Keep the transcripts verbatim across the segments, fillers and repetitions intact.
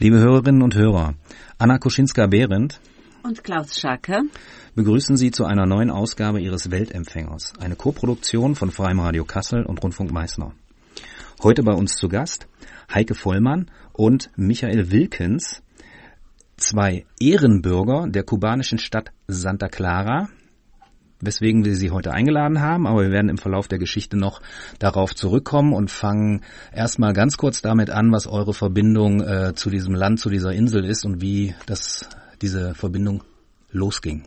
Liebe Hörerinnen und Hörer, Anna Koschinska-Behrendt und Klaus Scharke begrüßen Sie zu einer neuen Ausgabe Ihres Weltempfängers, eine Koproduktion von Freiem Radio Kassel und Rundfunk Meißner. Heute bei uns zu Gast Heike Vollmann und Michael Wilkens, zwei Ehrenbürger der kubanischen Stadt Santa Clara, weswegen wir Sie heute eingeladen haben, aber wir werden im Verlauf der Geschichte noch darauf zurückkommen und fangen erstmal ganz kurz damit an, was eure Verbindung äh, zu diesem Land, zu dieser Insel ist und wie das, diese Verbindung losging.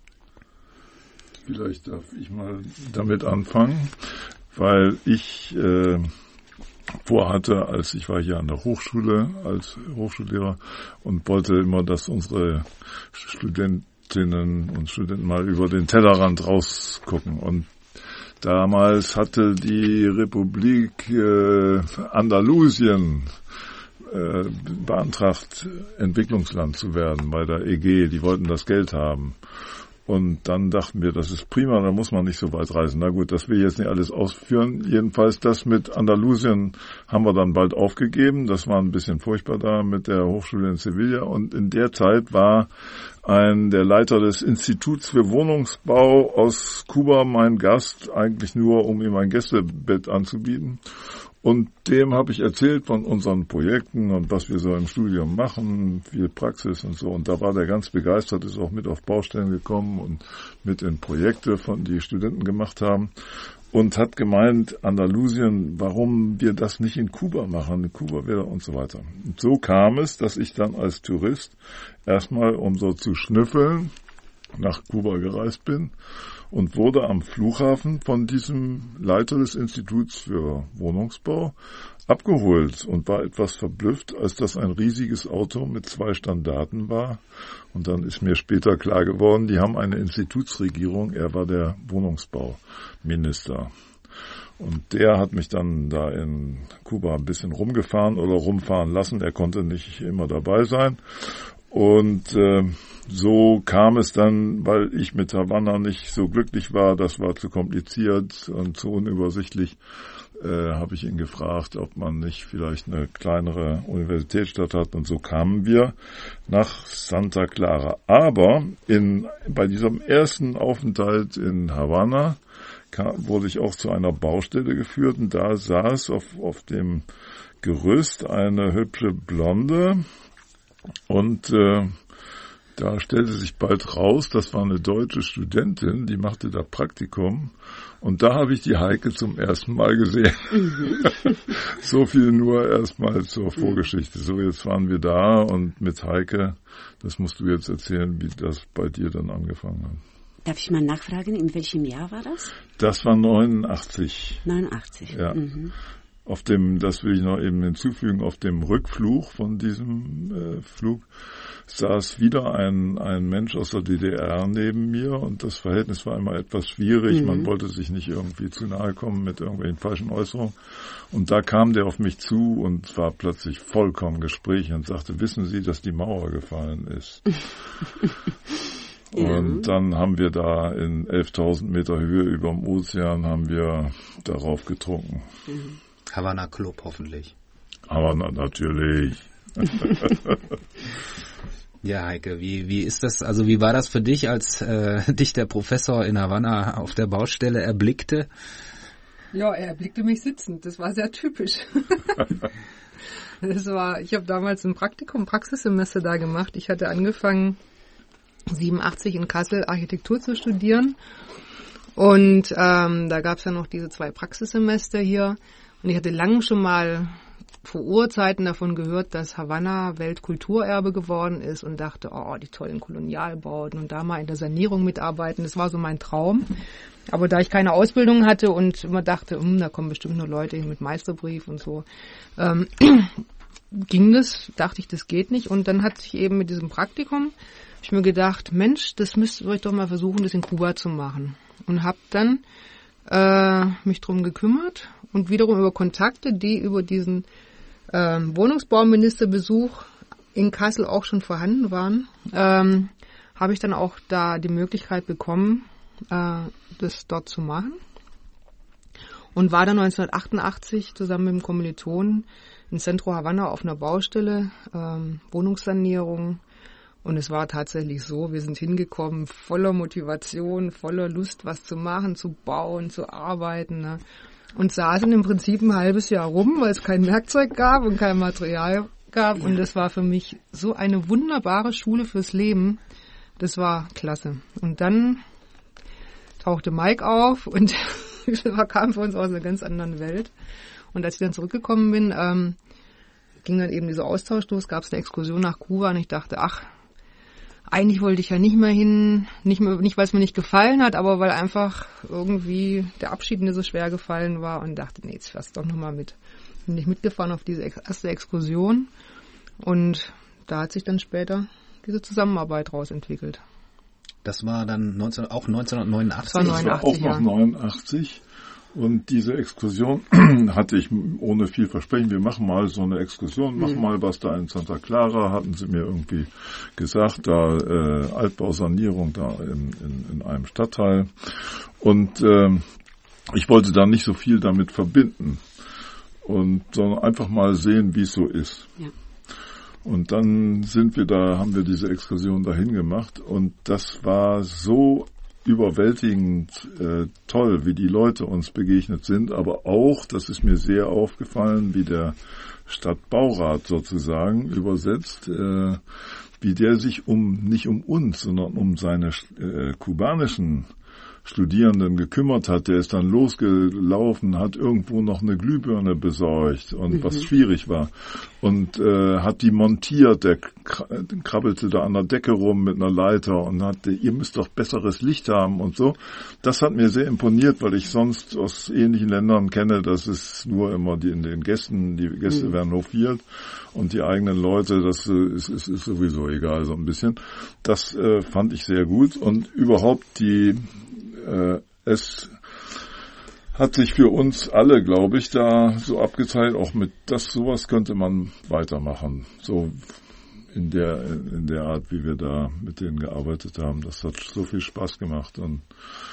Vielleicht darf ich mal damit anfangen, weil ich äh, vorhatte, als ich war hier an der Hochschule als Hochschullehrer und wollte immer, dass unsere Studenten und Studenten mal über den Tellerrand rausgucken. Und damals hatte die Republik äh, Andalusien äh, beantragt, Entwicklungsland zu werden bei der E G. Die wollten das Geld haben. Und dann dachten wir, das ist prima, da muss man nicht so weit reisen. Na gut, das will ich jetzt nicht alles ausführen. Jedenfalls das mit Andalusien haben wir dann bald aufgegeben. Das war ein bisschen furchtbar da mit der Hochschule in Sevilla. Und in der Zeit war ein der Leiter des Instituts für Wohnungsbau aus Kuba mein Gast, eigentlich nur, um ihm ein Gästebett anzubieten. Und dem habe ich erzählt von unseren Projekten und was wir so im Studium machen, viel Praxis und so. Und da war der ganz begeistert, ist auch mit auf Baustellen gekommen und mit in Projekte, von die Studenten gemacht haben. Und hat gemeint, Andalusien, warum wir das nicht in Kuba machen, in Kuba wäre und so weiter. Und so kam es, dass ich dann als Tourist erstmal, um so zu schnüffeln, nach Kuba gereist bin und wurde am Flughafen von diesem Leiter des Instituts für Wohnungsbau abgeholt und war etwas verblüfft, als das ein riesiges Auto mit zwei Standarten war. Und dann ist mir später klar geworden, die haben eine Institutsregierung, er war der Wohnungsbauminister. Und der hat mich dann da in Kuba ein bisschen rumgefahren oder rumfahren lassen, er konnte nicht immer dabei sein. Und äh, so kam es dann, weil ich mit Havanna nicht so glücklich war, das war zu kompliziert und zu unübersichtlich, äh, habe ich ihn gefragt, ob man nicht vielleicht eine kleinere Universitätsstadt hat. Und so kamen wir nach Santa Clara. Aber in bei diesem ersten Aufenthalt in Havanna kam, wurde ich auch zu einer Baustelle geführt und da saß auf, auf dem Gerüst eine hübsche Blonde. Und äh, da stellte sich bald raus, das war eine deutsche Studentin, die machte da Praktikum. Und da habe ich die Heike zum ersten Mal gesehen. Mhm. So viel nur erstmal zur Vorgeschichte. So, jetzt waren wir da und mit Heike, das musst du jetzt erzählen, wie das bei dir dann angefangen hat. Darf ich mal nachfragen, in welchem Jahr war das? Das war neunundachtzig. neunundachtzig. Ja. Mhm. Auf dem, das will ich noch eben hinzufügen, auf dem Rückflug von diesem äh, Flug saß wieder ein ein Mensch aus der D D R neben mir und das Verhältnis war immer etwas schwierig. Mhm. Man wollte sich nicht irgendwie zu nahe kommen mit irgendwelchen falschen Äußerungen. Und da kam der auf mich zu und war plötzlich vollkommen gesprächig und sagte, wissen Sie, dass die Mauer gefallen ist? Ja. Und dann haben wir da in elftausend Meter Höhe über dem Ozean haben wir darauf getrunken. Mhm. Havanna Club hoffentlich. Havanna natürlich. Ja, Heike, wie wie ist das? Also wie war das für dich, als äh, dich der Professor in Havanna auf der Baustelle erblickte? Ja, er erblickte mich sitzend. Das war sehr typisch. Das war, ich habe damals ein Praktikum, Praxissemester da gemacht. Ich hatte angefangen, siebenundachtzig in Kassel Architektur zu studieren. Und ähm, da gab es ja noch diese zwei Praxissemester hier. Und ich hatte lange schon mal vor Urzeiten davon gehört, dass Havanna Weltkulturerbe geworden ist und dachte, oh, die tollen Kolonialbauten und da mal in der Sanierung mitarbeiten. Das war so mein Traum. Aber da ich keine Ausbildung hatte und immer dachte, hm, da kommen bestimmt nur Leute hin mit Meisterbrief und so, ähm, ging das, dachte ich, das geht nicht. Und dann hat sich eben mit diesem Praktikum, hab ich mir gedacht, Mensch, das müsst ihr euch doch mal versuchen, das in Kuba zu machen. Und habe dann äh, mich drum gekümmert und wiederum über Kontakte, die über diesen ähm, Wohnungsbauministerbesuch in Kassel auch schon vorhanden waren, ähm, habe ich dann auch da die Möglichkeit bekommen, äh, das dort zu machen. und war dann neunzehnhundertachtundachtzig zusammen mit dem Kommilitonen in Centro Havanna auf einer Baustelle, ähm, Wohnungssanierung. Und es war tatsächlich so, wir sind hingekommen voller Motivation, voller Lust, was zu machen, zu bauen, zu arbeiten, ne? Und saßen im Prinzip ein halbes Jahr rum, weil es kein Werkzeug gab und kein Material gab. Ja. Und das war für mich so eine wunderbare Schule fürs Leben. Das war klasse. Und dann tauchte Mike auf und kam für uns aus einer ganz anderen Welt. Und als ich dann zurückgekommen bin, ähm, ging dann eben dieser Austausch los, gab es eine Exkursion nach Kuba und ich dachte, ach, eigentlich wollte ich ja nicht mehr hin, nicht mehr, nicht weil es mir nicht gefallen hat, aber weil einfach irgendwie der Abschied mir so schwer gefallen war und dachte, nee, jetzt fährst du doch nochmal mit. Bin ich mitgefahren auf diese erste Exkursion und da hat sich dann später diese Zusammenarbeit raus entwickelt. Das war dann neunzehn, auch neunzehnhundertneunundachtzig? Das war, das war auch noch ja. neunundachtzig. Und diese Exkursion hatte ich ohne viel Versprechen, wir machen mal so eine Exkursion, machen mhm. mal was da in Santa Clara, hatten sie mir irgendwie gesagt, da äh, Altbausanierung da in, in, in einem Stadtteil. Und äh, ich wollte da nicht so viel damit verbinden, und sondern einfach mal sehen, wie es so ist. Ja. Und dann sind wir da, haben wir diese Exkursion dahin gemacht und das war so überwältigend äh, toll, wie die Leute uns begegnet sind, aber auch, das ist mir sehr aufgefallen, wie der Stadtbaurat sozusagen übersetzt, äh, wie der sich um nicht um uns, sondern um seine äh, kubanischen Studierenden gekümmert hat. Der ist dann losgelaufen, hat irgendwo noch eine Glühbirne besorgt und mhm. was schwierig war und äh, hat die montiert. Der krabbelte da an der Decke rum mit einer Leiter und hat, ihr müsst doch besseres Licht haben und so. Das hat mir sehr imponiert, weil ich sonst aus ähnlichen Ländern kenne, dass es nur immer die in den Gästen, die Gäste mhm. werden hofiert und die eigenen Leute, das ist, ist, ist sowieso egal, so ein bisschen. Das äh, fand ich sehr gut und überhaupt die Äh, es hat sich für uns alle, glaube ich, da so abgeteilt, auch mit das, sowas könnte man weitermachen. So in der, in der Art, wie wir da mit denen gearbeitet haben. Das hat so viel Spaß gemacht und,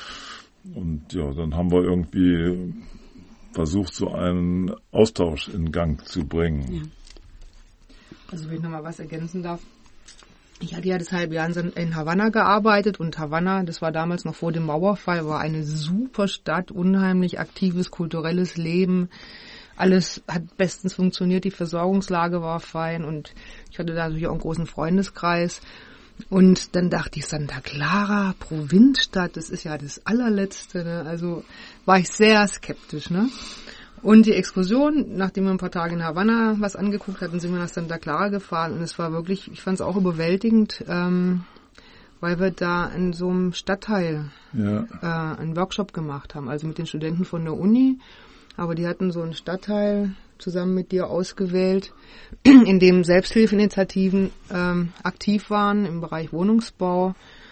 und ja, dann haben wir irgendwie versucht, so einen Austausch in Gang zu bringen. Ja. Also wenn ich nochmal was ergänzen darf. Ich hatte ja das halbe Jahr in Havanna gearbeitet und Havanna, das war damals noch vor dem Mauerfall, war eine super Stadt, unheimlich aktives kulturelles Leben. Alles hat bestens funktioniert, die Versorgungslage war fein und ich hatte da natürlich auch einen großen Freundeskreis. Und dann dachte ich, Santa Clara, Provinzstadt, das ist ja das allerletzte, ne? Also war ich sehr skeptisch, ne? Und die Exkursion, nachdem wir ein paar Tage in Havanna was angeguckt hatten, sind wir nach Santa Clara gefahren und es war wirklich, ich fand es auch überwältigend, ähm, weil wir da in so einem Stadtteil ja. äh, einen Workshop gemacht haben, also mit den Studenten von der Uni, aber die hatten so einen Stadtteil zusammen mit dir ausgewählt, in dem Selbsthilfeinitiativen ähm, aktiv waren im Bereich Wohnungsbau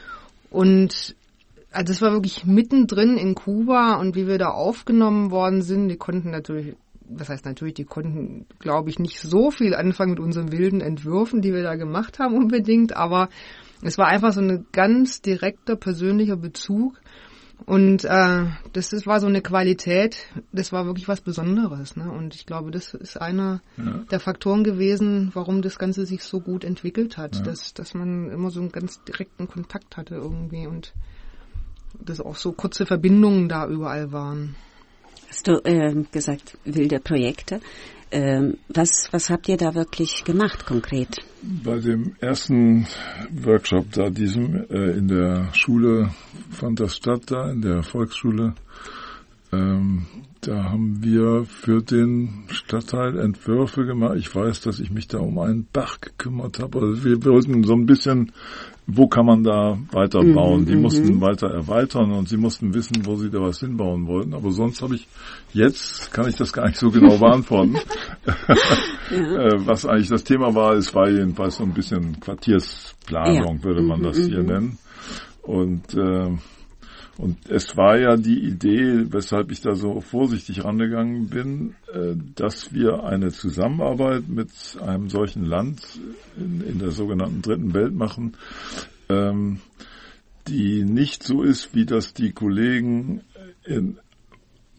und also es war wirklich mittendrin in Kuba und wie wir da aufgenommen worden sind, die konnten natürlich, was heißt natürlich, die konnten, glaube ich, nicht so viel anfangen mit unseren wilden Entwürfen, die wir da gemacht haben unbedingt, aber es war einfach so ein ganz direkter persönlicher Bezug und äh, das, das war so eine Qualität, das war wirklich was Besonderes, ne? Und ich glaube, das ist einer ja. der Faktoren gewesen, warum das Ganze sich so gut entwickelt hat, ja. dass, dass man immer so einen ganz direkten Kontakt hatte irgendwie und dass auch so kurze Verbindungen da überall waren. Hast du äh, gesagt, wilde Projekte. Ähm, was, was habt ihr da wirklich gemacht, konkret? Bei dem ersten Workshop da, diesem äh, in der Schule fand das statt, da in der Volksschule, ähm, da haben wir für den Stadtteil Entwürfe gemacht. Ich weiß, dass ich mich da um einen Bach gekümmert habe. Also wir wollten so ein bisschen, wo kann man da weiterbauen? Mhm, die mussten weiter erweitern und sie mussten wissen, wo sie da was hinbauen wollten. Aber sonst habe ich, jetzt kann ich das gar nicht so genau beantworten. Ja. Was eigentlich das Thema war, es war jedenfalls so ein bisschen Quartiersplanung, ja. würde man das hier mhm. nennen. Und äh, Und es war ja die Idee, weshalb ich da so vorsichtig rangegangen bin, dass wir eine Zusammenarbeit mit einem solchen Land in, in der sogenannten Dritten Welt machen, die nicht so ist, wie das die Kollegen in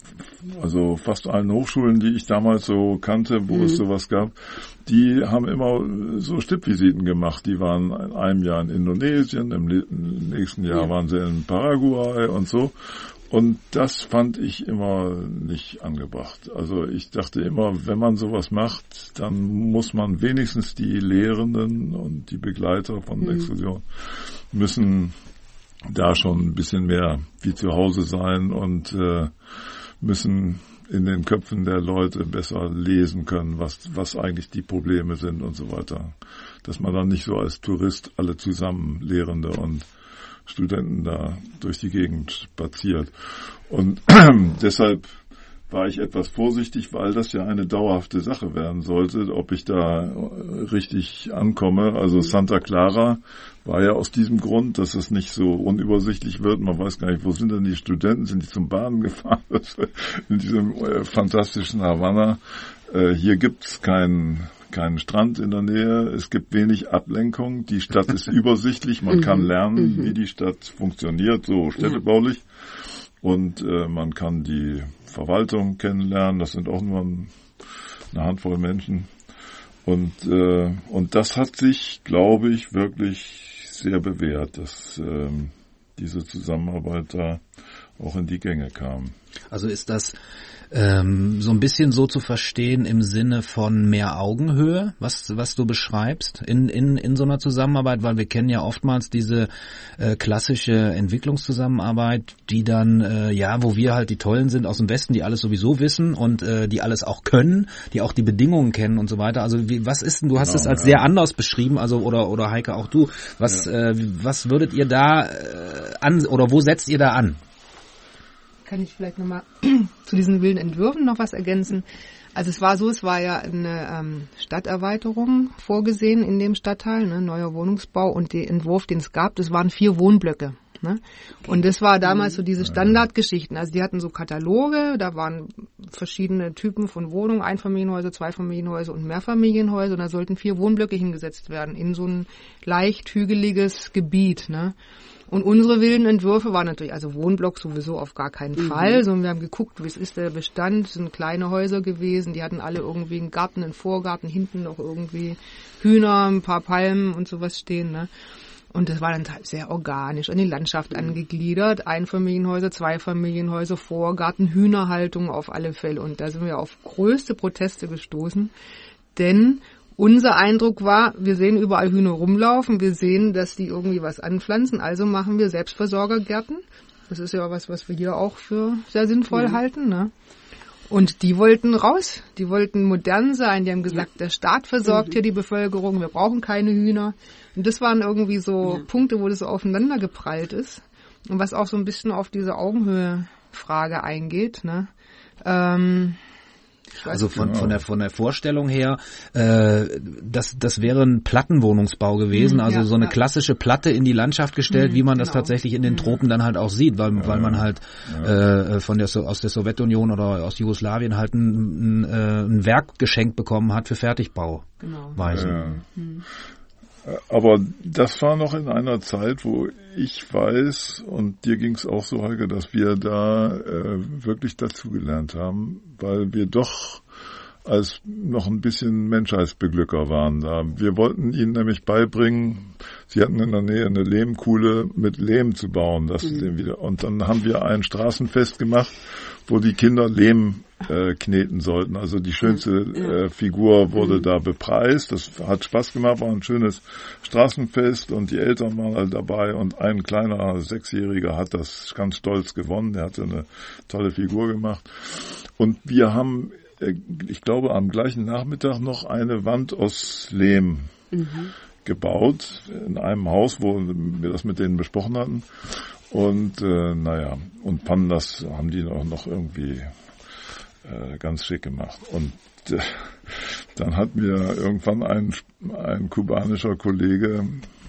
also fast allen Hochschulen, die ich damals so kannte, wo mhm. es sowas gab, die haben immer so Stippvisiten gemacht. Die waren in einem Jahr in Indonesien, im nächsten Jahr ja. waren sie in Paraguay und so. Und das fand ich immer nicht angebracht. Also ich dachte immer, wenn man sowas macht, dann muss man wenigstens die Lehrenden und die Begleiter von mhm. Exkursionen müssen da schon ein bisschen mehr wie zu Hause sein und äh, müssen in den Köpfen der Leute besser lesen können, was was eigentlich die Probleme sind und so weiter. Dass man dann nicht so als Tourist alle zusammen Lehrende und Studenten da durch die Gegend spaziert. Und deshalb war ich etwas vorsichtig, weil das ja eine dauerhafte Sache werden sollte, ob ich da richtig ankomme. Also Santa Clara war ja aus diesem Grund, dass es nicht so unübersichtlich wird. Man weiß gar nicht, wo sind denn die Studenten? Sind die zum Baden gefahren? In diesem äh, fantastischen Havanna. Äh, hier gibt's keinen keinen Strand in der Nähe. Es gibt wenig Ablenkung. Die Stadt ist übersichtlich. Man kann lernen, wie die Stadt funktioniert, so städtebaulich. Und äh, man kann die Verwaltung kennenlernen. Das sind auch nur ein, eine Handvoll Menschen. Und äh, und das hat sich, glaube ich, wirklich sehr bewährt, dass äh, diese Zusammenarbeit da auch in die Gänge kam. Also ist das ähm, so ein bisschen so zu verstehen im Sinne von mehr Augenhöhe, was was du beschreibst in in in so einer Zusammenarbeit, weil wir kennen ja oftmals diese äh, klassische Entwicklungszusammenarbeit, die dann äh, ja, wo wir halt die Tollen sind aus dem Westen, die alles sowieso wissen und äh, die alles auch können, die auch die Bedingungen kennen und so weiter. Also wie, was ist denn? Du hast es genau, als ja. sehr anders beschrieben, also oder oder Heike auch du. Was ja. äh, was würdet ihr da äh, an oder wo setzt ihr da an? Kann ich vielleicht nochmal zu diesen wilden Entwürfen noch was ergänzen. Also es war so, es war ja eine ähm, Stadterweiterung vorgesehen in dem Stadtteil, ne, neuer Wohnungsbau und der Entwurf, den es gab, das waren vier Wohnblöcke. Ne? Und das war damals so diese Standardgeschichten. Also die hatten so Kataloge, da waren verschiedene Typen von Wohnungen, Einfamilienhäuser, Zweifamilienhäuser und Mehrfamilienhäuser und da sollten vier Wohnblöcke hingesetzt werden in so ein leicht hügeliges Gebiet, ne? Und unsere wilden Entwürfe waren natürlich, also Wohnblock sowieso auf gar keinen mhm. Fall, sondern wir haben geguckt, wie ist der Bestand, es sind kleine Häuser gewesen, die hatten alle irgendwie einen Garten, einen Vorgarten, hinten noch irgendwie Hühner, ein paar Palmen und sowas stehen, ne? Und das war dann halt sehr organisch an die Landschaft mhm. angegliedert, Einfamilienhäuser, Zweifamilienhäuser, Vorgarten, Hühnerhaltung auf alle Fälle. Und da sind wir auf größte Proteste gestoßen, denn unser Eindruck war, wir sehen überall Hühner rumlaufen, wir sehen, dass die irgendwie was anpflanzen, also machen wir Selbstversorgergärten. Das ist ja was, was wir hier auch für sehr sinnvoll mhm. halten, ne? Und die wollten raus, die wollten modern sein, die haben gesagt, ja. der Staat versorgt mhm. hier die Bevölkerung, wir brauchen keine Hühner. Und das waren irgendwie so ja. Punkte, wo das so aufeinander geprallt ist und was auch so ein bisschen auf diese Augenhöhe-Frage eingeht, ne? Ähm, Also von, von der von der Vorstellung her, äh, das das wäre ein Plattenwohnungsbau gewesen, also ja, so eine ja. klassische Platte in die Landschaft gestellt, mhm, wie man das genau. tatsächlich in den mhm. Tropen dann halt auch sieht, weil ja, weil man halt ja. äh, von der aus der Sowjetunion oder aus Jugoslawien halt ein, ein, ein Werk geschenkt bekommen hat für Fertigbauweise. Genau. Ja. Mhm. Aber das war noch in einer Zeit, wo ich weiß, und dir ging es auch so, Heike, dass wir da äh, wirklich dazugelernt haben, weil wir doch als noch ein bisschen Menschheitsbeglücker waren da. Wir wollten ihnen nämlich beibringen, sie hatten in der Nähe eine Lehmkuhle mit Lehm zu bauen. Das mhm. wieder. Und dann haben wir ein Straßenfest gemacht, wo die Kinder Lehm äh, kneten sollten. Also die schönste äh, Figur wurde mhm. da bepreist. Das hat Spaß gemacht, war ein schönes Straßenfest und die Eltern waren halt dabei und ein kleiner Sechsjähriger hat das ganz stolz gewonnen. Der hatte eine tolle Figur gemacht. Und wir haben, äh, ich glaube, am gleichen Nachmittag noch eine Wand aus Lehm mhm. gebaut in einem Haus, wo wir das mit denen besprochen hatten. Und äh, naja, und Pandas haben die auch noch irgendwie äh, ganz schick gemacht. Und äh, dann hat mir irgendwann ein, ein kubanischer Kollege,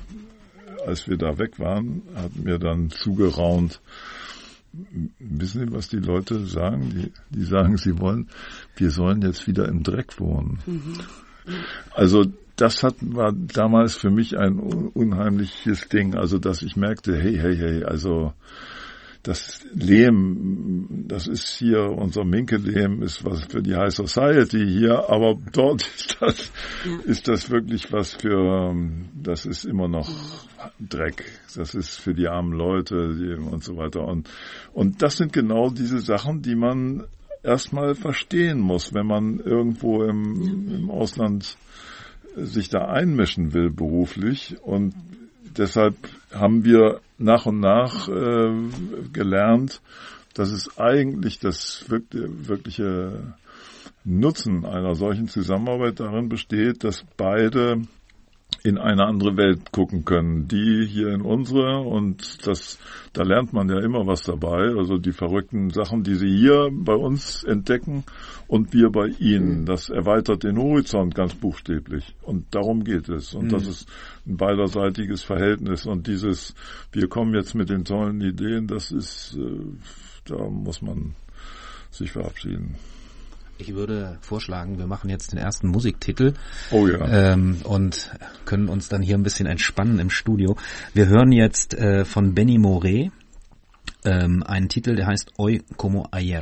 als wir da weg waren, hat mir dann zugeraunt, wissen Sie, was die Leute sagen? Die, die sagen, sie wollen, wir sollen jetzt wieder im Dreck wohnen. Mhm. Also das hat, war damals für mich ein unheimliches Ding, also dass ich merkte, hey, hey, hey, also das Lehm, das ist hier, unser Minke-Lehm ist was für die High Society hier, aber dort ist das, ja. ist das wirklich was für, das ist immer noch Dreck. Das ist für die armen Leute die, und so weiter. Und, und das sind genau diese Sachen, die man erstmal verstehen muss, wenn man irgendwo im, im Ausland sich da einmischen will beruflich. Und deshalb haben wir nach und nach äh, gelernt, dass es eigentlich das wirkliche Nutzen einer solchen Zusammenarbeit darin besteht, dass beide in eine andere Welt gucken können, die hier in unsere, und das, da lernt man ja immer was dabei, also die verrückten Sachen, die sie hier bei uns entdecken und wir bei ihnen, das erweitert den Horizont ganz buchstäblich und darum geht es und mhm. das ist ein beiderseitiges Verhältnis und dieses, wir kommen jetzt mit den tollen Ideen, das ist, äh, da muss man sich verabschieden. Ich würde vorschlagen, wir machen jetzt den ersten Musiktitel oh ja. ähm, und können uns dann hier ein bisschen entspannen im Studio. Wir hören jetzt äh, von Benny Moré ähm, einen Titel, der heißt Hoy como ayer.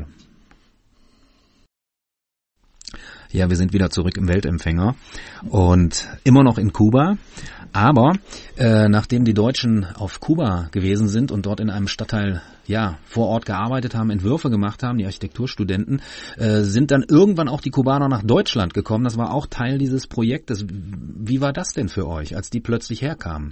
Ja, wir sind wieder zurück im Weltempfänger und immer noch in Kuba. Aber äh, nachdem die Deutschen auf Kuba gewesen sind und dort in einem Stadtteil ja vor Ort gearbeitet haben, Entwürfe gemacht haben, die Architekturstudenten, äh, sind dann irgendwann auch die Kubaner nach Deutschland gekommen. Das war auch Teil dieses Projektes. Wie war das denn für euch, als die plötzlich herkamen?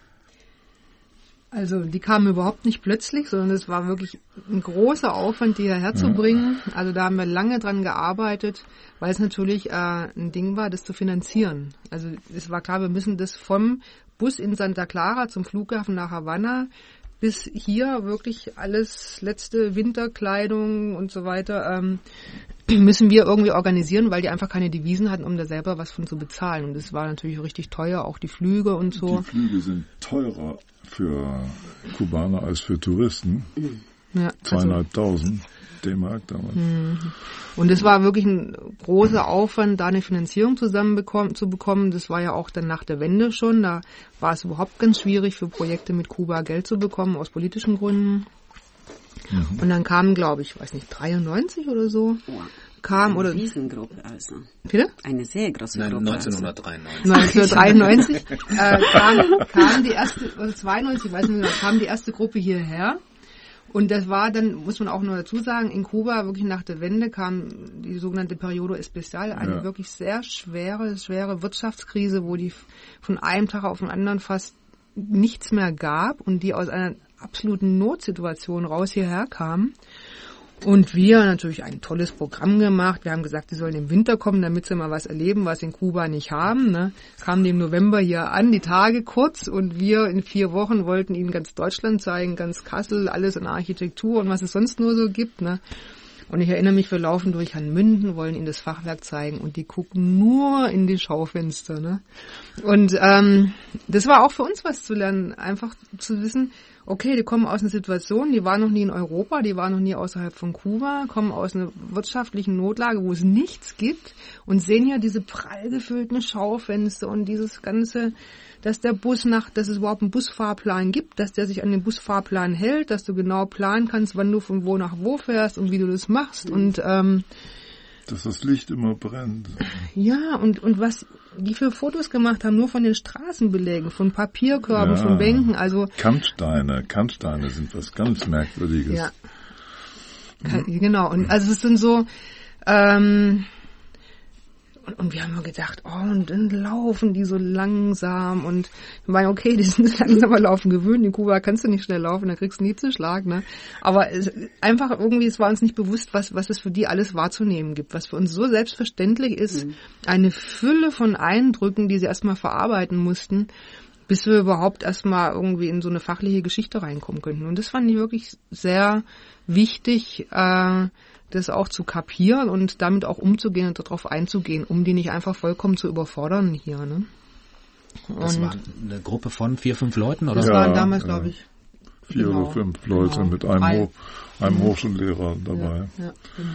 Also die kamen überhaupt nicht plötzlich, sondern es war wirklich ein großer Aufwand, die hierher zu bringen. Also da haben wir lange dran gearbeitet, weil es natürlich äh, ein Ding war, das zu finanzieren. Also es war klar, wir müssen das vom Bus in Santa Clara zum Flughafen nach Havanna bis hier wirklich alles, letzte Winterkleidung und so weiter, ähm, müssen wir irgendwie organisieren, weil die einfach keine Devisen hatten, um da selber was von zu bezahlen. Und das war natürlich richtig teuer, auch die Flüge und so. Die Flüge sind teurer für Kubaner als für Touristen. Ja, zweieinhalbtausend D-Mark damals. Und es war wirklich ein großer Aufwand, da eine Finanzierung zusammen zu bekommen. Das war ja auch dann nach der Wende schon. Da war es überhaupt ganz schwierig, für Projekte mit Kuba Geld zu bekommen, aus politischen Gründen. Mhm. Und dann kamen, glaube ich, weiß nicht, dreiundneunzig oder so. Ja. Kam eine oder Riesengruppe also. Bitte? Eine sehr große Nein, Gruppe. neunzehnhundertdreiundneunzig. neunzehnhundertdreiundneunzig äh, kam, kam die erste, also zweiundneunzig, weiß nicht mehr, kam die erste Gruppe hierher. Und das war dann, muss man auch nur dazu sagen, in Kuba wirklich nach der Wende kam die sogenannte Periodo Especial, eine ja. wirklich sehr schwere, schwere Wirtschaftskrise, wo die von einem Tag auf den anderen fast nichts mehr gab und die aus einer absoluten Notsituation raus hierher kamen. Und wir natürlich ein tolles Programm gemacht. Wir haben gesagt, die sollen im Winter kommen, damit sie mal was erleben, was in Kuba nicht haben. Ne? Kamen die im November hier an, die Tage kurz. Und wir in vier Wochen wollten ihnen ganz Deutschland zeigen, ganz Kassel, alles in Architektur und was es sonst nur so gibt. Ne? Und ich erinnere mich, wir laufen durch Hanmünden, wollen ihnen das Fachwerk zeigen und die gucken nur in die Schaufenster. Ne? Und ähm, das war auch für uns was zu lernen, einfach zu wissen, okay, die kommen aus einer Situation, die waren noch nie in Europa, die waren noch nie außerhalb von Kuba, kommen aus einer wirtschaftlichen Notlage, wo es nichts gibt und sehen ja diese prall gefüllten Schaufenster und dieses ganze, dass der Bus nach, dass es überhaupt einen Busfahrplan gibt, dass der sich an den Busfahrplan hält, dass du genau planen kannst, wann du von wo nach wo fährst und wie du das machst und ähm, dass das Licht immer brennt. Ja, und, und was die für Fotos gemacht haben, nur von den Straßenbelägen, von Papierkörben, ja. von Bänken, also... Kantsteine, Kantsteine sind was ganz Merkwürdiges. Ja, mhm. Genau, und also es sind so... Ähm, Und, und wir haben nur gedacht, oh, und dann laufen die so langsam und ich meine, okay, die sind langsamer laufen gewöhnt. In Kuba kannst du nicht schnell laufen, da kriegst du einen Hitzeschlag, ne? Aber es, einfach irgendwie, es war uns nicht bewusst, was, was es für die alles wahrzunehmen gibt, was für uns so selbstverständlich ist. Mhm. Eine Fülle von Eindrücken, die sie erstmal verarbeiten mussten, bis wir überhaupt erstmal irgendwie in so eine fachliche Geschichte reinkommen könnten. Und das fand ich wirklich sehr wichtig, äh, das auch zu kapieren und damit auch umzugehen und darauf einzugehen, um die nicht einfach vollkommen zu überfordern hier. Ne? Und das war eine Gruppe von vier, fünf Leuten? Oder? Das ja, waren damals, ja. glaube ich, vier genau. oder fünf Leute genau. mit einem, Ho- einem Hochschullehrer dabei. Ja, ja,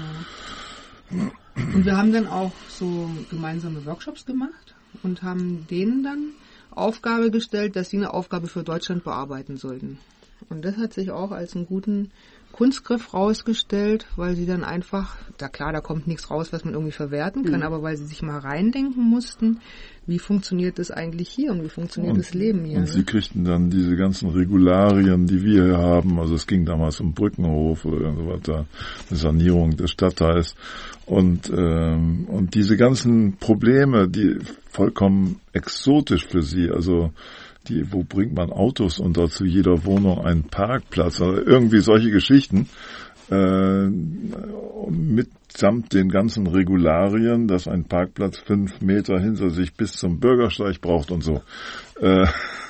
genau. Und wir haben dann auch so gemeinsame Workshops gemacht und haben denen dann Aufgabe gestellt, dass sie eine Aufgabe für Deutschland bearbeiten sollten. Und das hat sich auch als einen guten Kunstgriff rausgestellt, weil sie dann einfach, da klar, da kommt nichts raus, was man irgendwie verwerten kann, mhm. aber weil sie sich mal reindenken mussten, wie funktioniert das eigentlich hier und wie funktioniert und, das Leben hier. Und ne? sie kriegten dann diese ganzen Regularien, die wir hier haben, also es ging damals um Brückenhof oder so weiter, eine Sanierung des Stadtteils und, ähm, und diese ganzen Probleme, die vollkommen exotisch für sie, also die, wo bringt man Autos unter zu jeder Wohnung einen Parkplatz oder irgendwie solche Geschichten äh, mitsamt den ganzen Regularien, dass ein Parkplatz fünf Meter hinter sich bis zum Bürgersteig braucht und so. Äh,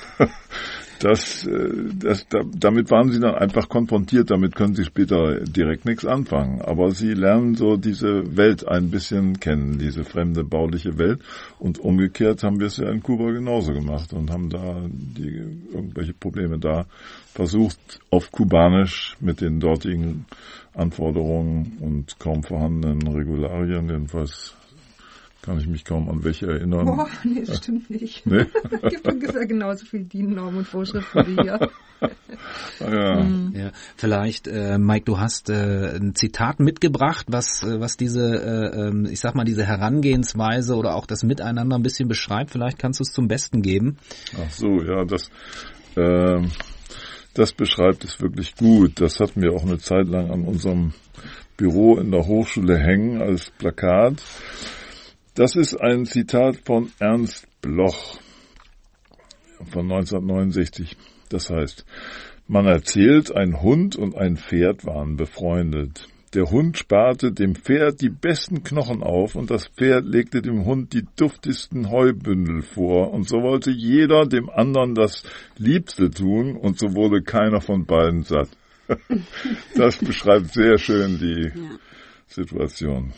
das, das, damit waren sie dann einfach konfrontiert, damit können sie später direkt nichts anfangen. Aber sie lernen so diese Welt ein bisschen kennen, diese fremde bauliche Welt. Und umgekehrt haben wir es ja in Kuba genauso gemacht und haben da die, irgendwelche Probleme da versucht, auf Kubanisch mit den dortigen Anforderungen und kaum vorhandenen Regularien, jedenfalls kann ich mich kaum an welche erinnern. Boah, nee, das stimmt nicht. Nee? Es gibt ungefähr genauso viel D I N-Normen und Vorschriften wie hier. Ja. Mhm. Ja, vielleicht, äh, Mike, du hast äh, ein Zitat mitgebracht, was äh, was diese, äh, ich sag mal, diese Herangehensweise oder auch das Miteinander ein bisschen beschreibt. Vielleicht kannst du es zum Besten geben. Ach so, ja, das äh, das beschreibt es wirklich gut. Das hatten wir auch eine Zeit lang an unserem Büro in der Hochschule hängen als Plakat. Das ist ein Zitat von Ernst Bloch von neunzehnhundertneunundsechzig. Das heißt, man erzählt, ein Hund und ein Pferd waren befreundet. Der Hund sparte dem Pferd die besten Knochen auf und das Pferd legte dem Hund die duftigsten Heubündel vor. Und so wollte jeder dem anderen das Liebste tun und so wurde keiner von beiden satt. Das beschreibt sehr schön die ja. Situation.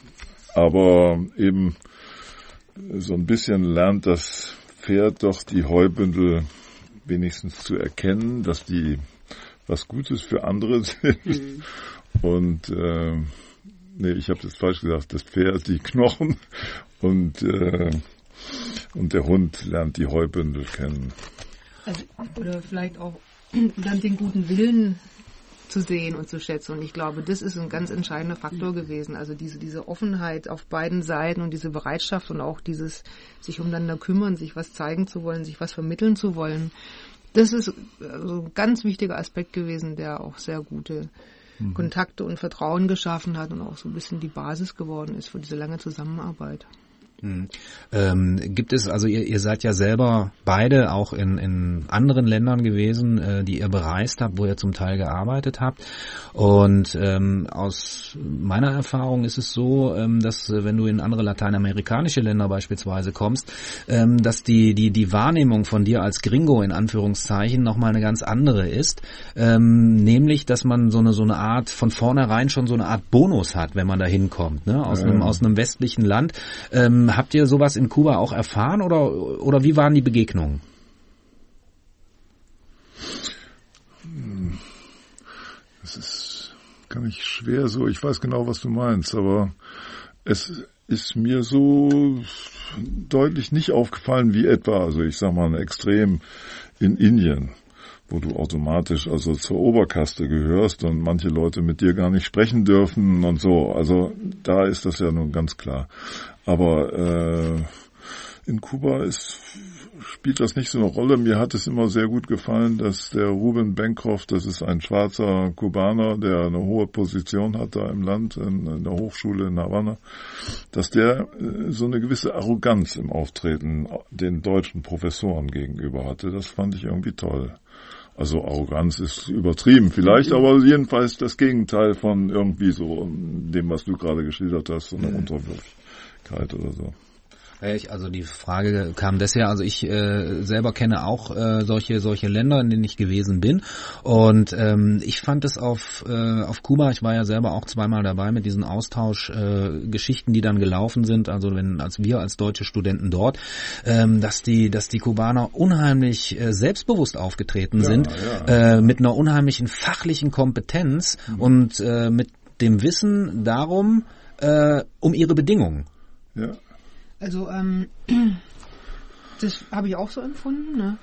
Aber eben so ein bisschen lernt das Pferd doch die Heubündel wenigstens zu erkennen, dass die was Gutes für andere sind. Mhm. Und äh, nee, ich habe das falsch gesagt, das Pferd die Knochen und äh, und der Hund lernt die Heubündel kennen. Also, oder vielleicht auch dann den guten Willen zu sehen und zu schätzen. Und ich glaube, das ist ein ganz entscheidender Faktor gewesen. Also diese, diese Offenheit auf beiden Seiten und diese Bereitschaft und auch dieses sich umeinander kümmern, sich was zeigen zu wollen, sich was vermitteln zu wollen. Das ist also ein ganz wichtiger Aspekt gewesen, der auch sehr gute mhm. Kontakte und Vertrauen geschaffen hat und auch so ein bisschen die Basis geworden ist für diese lange Zusammenarbeit. Mhm. Ähm, gibt es, also ihr, ihr seid ja selber beide auch in, in anderen Ländern gewesen, äh, die ihr bereist habt, wo ihr zum Teil gearbeitet habt. Und ähm, aus meiner Erfahrung ist es so, ähm, dass äh, wenn du in andere lateinamerikanische Länder beispielsweise kommst, ähm, dass die, die, die Wahrnehmung von dir als Gringo in Anführungszeichen nochmal eine ganz andere ist. Ähm, nämlich, dass man so eine, so eine Art, von vornherein schon so eine Art Bonus hat, wenn man da hinkommt, ne? Aus, ja. einem, aus einem westlichen Land. Ähm, Habt ihr sowas in Kuba auch erfahren oder oder wie waren die Begegnungen? Das ist gar nicht schwer so. Ich weiß genau, was du meinst, aber es ist mir so deutlich nicht aufgefallen wie etwa, also ich sag mal ein Extrem in Indien, wo du automatisch also zur Oberkaste gehörst und manche Leute mit dir gar nicht sprechen dürfen und so. Also da ist das ja nun ganz klar. Aber äh, in Kuba ist, spielt das nicht so eine Rolle. Mir hat es immer sehr gut gefallen, dass der Ruben Bancroft, das ist ein schwarzer Kubaner, der eine hohe Position hat da im Land, in, in der Hochschule in Havanna, dass der äh, so eine gewisse Arroganz im Auftreten den deutschen Professoren gegenüber hatte. Das fand ich irgendwie toll. Also Arroganz ist übertrieben vielleicht, aber jedenfalls das Gegenteil von irgendwie so dem, was du gerade geschildert hast, so eine Unterwürfigkeit oder so. Also die Frage kam desher, also ich äh, selber kenne auch äh, solche solche Länder, in denen ich gewesen bin und ähm, ich fand es auf äh, auf Kuba, ich war ja selber auch zweimal dabei mit diesen Austauschgeschichten, äh, die dann gelaufen sind, also wenn als wir als deutsche Studenten dort, ähm, dass die dass die Kubaner unheimlich äh, selbstbewusst aufgetreten ja, sind, ja. Äh, mit einer unheimlichen fachlichen Kompetenz mhm. und äh, mit dem Wissen darum äh, um ihre Bedingungen. Ja. Also ähm, das habe ich auch so empfunden, ne?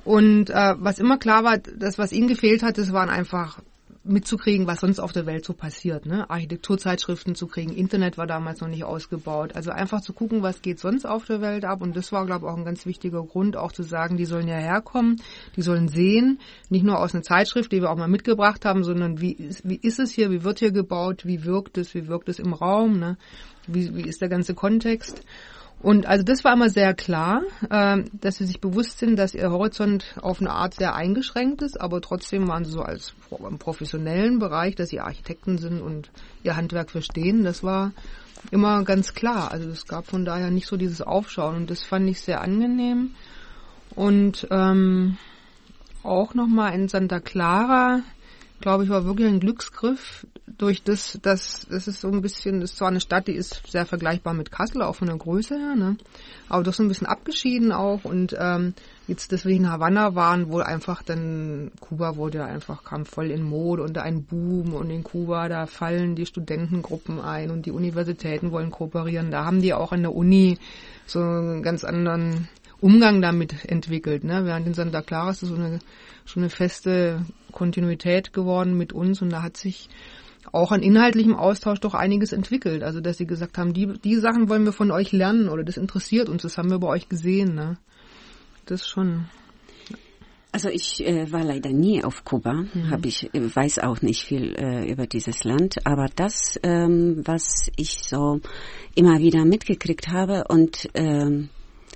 Und äh, was immer klar war, das, was ihnen gefehlt hat, das waren einfach mitzukriegen, was sonst auf der Welt so passiert, ne? Architekturzeitschriften zu kriegen, Internet war damals noch nicht ausgebaut, also einfach zu gucken, was geht sonst auf der Welt ab, und das war, glaube ich, auch ein ganz wichtiger Grund, auch zu sagen, die sollen ja herkommen, die sollen sehen, nicht nur aus einer Zeitschrift, die wir auch mal mitgebracht haben, sondern wie ist, wie ist es hier, wie wird hier gebaut, wie wirkt es, wie wirkt es im Raum, ne? Wie, wie ist der ganze Kontext? Und also das war immer sehr klar, äh, dass sie sich bewusst sind, dass ihr Horizont auf eine Art sehr eingeschränkt ist, aber trotzdem waren sie so als im professionellen Bereich, dass sie Architekten sind und ihr Handwerk verstehen. Das war immer ganz klar. Also es gab von daher nicht so dieses Aufschauen, und das fand ich sehr angenehm. Und ähm, auch nochmal in Santa Clara, glaube ich, war wirklich ein Glücksgriff durch das, dass das ist so ein bisschen, das ist zwar eine Stadt, die ist sehr vergleichbar mit Kassel, auch von der Größe her, ne? Aber doch so ein bisschen abgeschieden auch, und ähm, jetzt, dass wir in Havanna waren, wo einfach dann, Kuba wurde ja einfach, kam voll in Mode und ein Boom, und in Kuba, da fallen die Studentengruppen ein und die Universitäten wollen kooperieren, da haben die auch an der Uni so einen ganz anderen Umgang damit entwickelt, ne? Während in Santa Clara ist das so eine, schon eine feste Kontinuität geworden mit uns, und da hat sich auch an inhaltlichem Austausch doch einiges entwickelt. Also, dass sie gesagt haben, die, die Sachen wollen wir von euch lernen, oder das interessiert uns, das haben wir bei euch gesehen, ne? Das schon. Also ich äh, war leider nie auf Kuba, mhm. habe ich äh, weiß auch nicht viel äh, über dieses Land, aber das, ähm, was ich so immer wieder mitgekriegt habe und ähm,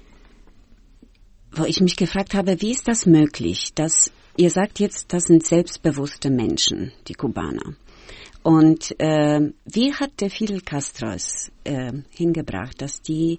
wo ich mich gefragt habe, wie ist das möglich, dass ihr sagt jetzt, das sind selbstbewusste Menschen, die Kubaner. Und äh, wie hat der Fidel Castro es äh, hingebracht, dass die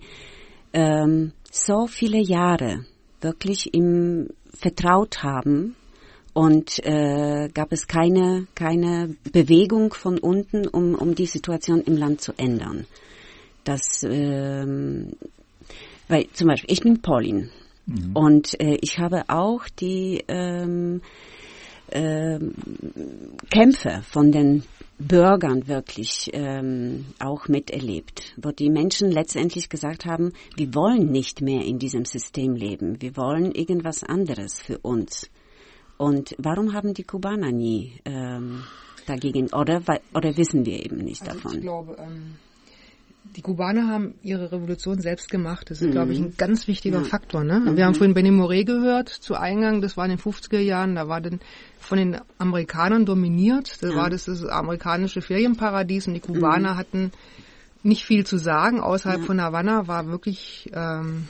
ähm, so viele Jahre wirklich ihm vertraut haben, und äh, gab es keine keine Bewegung von unten, um um die Situation im Land zu ändern? Das, ähm, weil zum Beispiel ich bin Polin, mhm. und äh, ich habe auch die ähm, äh, Kämpfe von den Bürgern wirklich ähm, auch miterlebt, wo die Menschen letztendlich gesagt haben, wir wollen nicht mehr in diesem System leben, wir wollen irgendwas anderes für uns. Und warum haben die Kubaner nie ähm, dagegen, oder, oder wissen wir eben nicht also davon? Ich glaube, ähm, die Kubaner haben ihre Revolution selbst gemacht. Das ist, mhm. glaube ich, ein ganz wichtiger ja. Faktor. Ne? Mhm. Wir haben vorhin Benny Moré gehört, zu Eingang, das war in den fünfziger Jahren, da war dann von den Amerikanern dominiert. Da ja. war das das amerikanische Ferienparadies, und die Kubaner mhm. hatten nicht viel zu sagen. Außerhalb ja. von Havanna war wirklich ähm,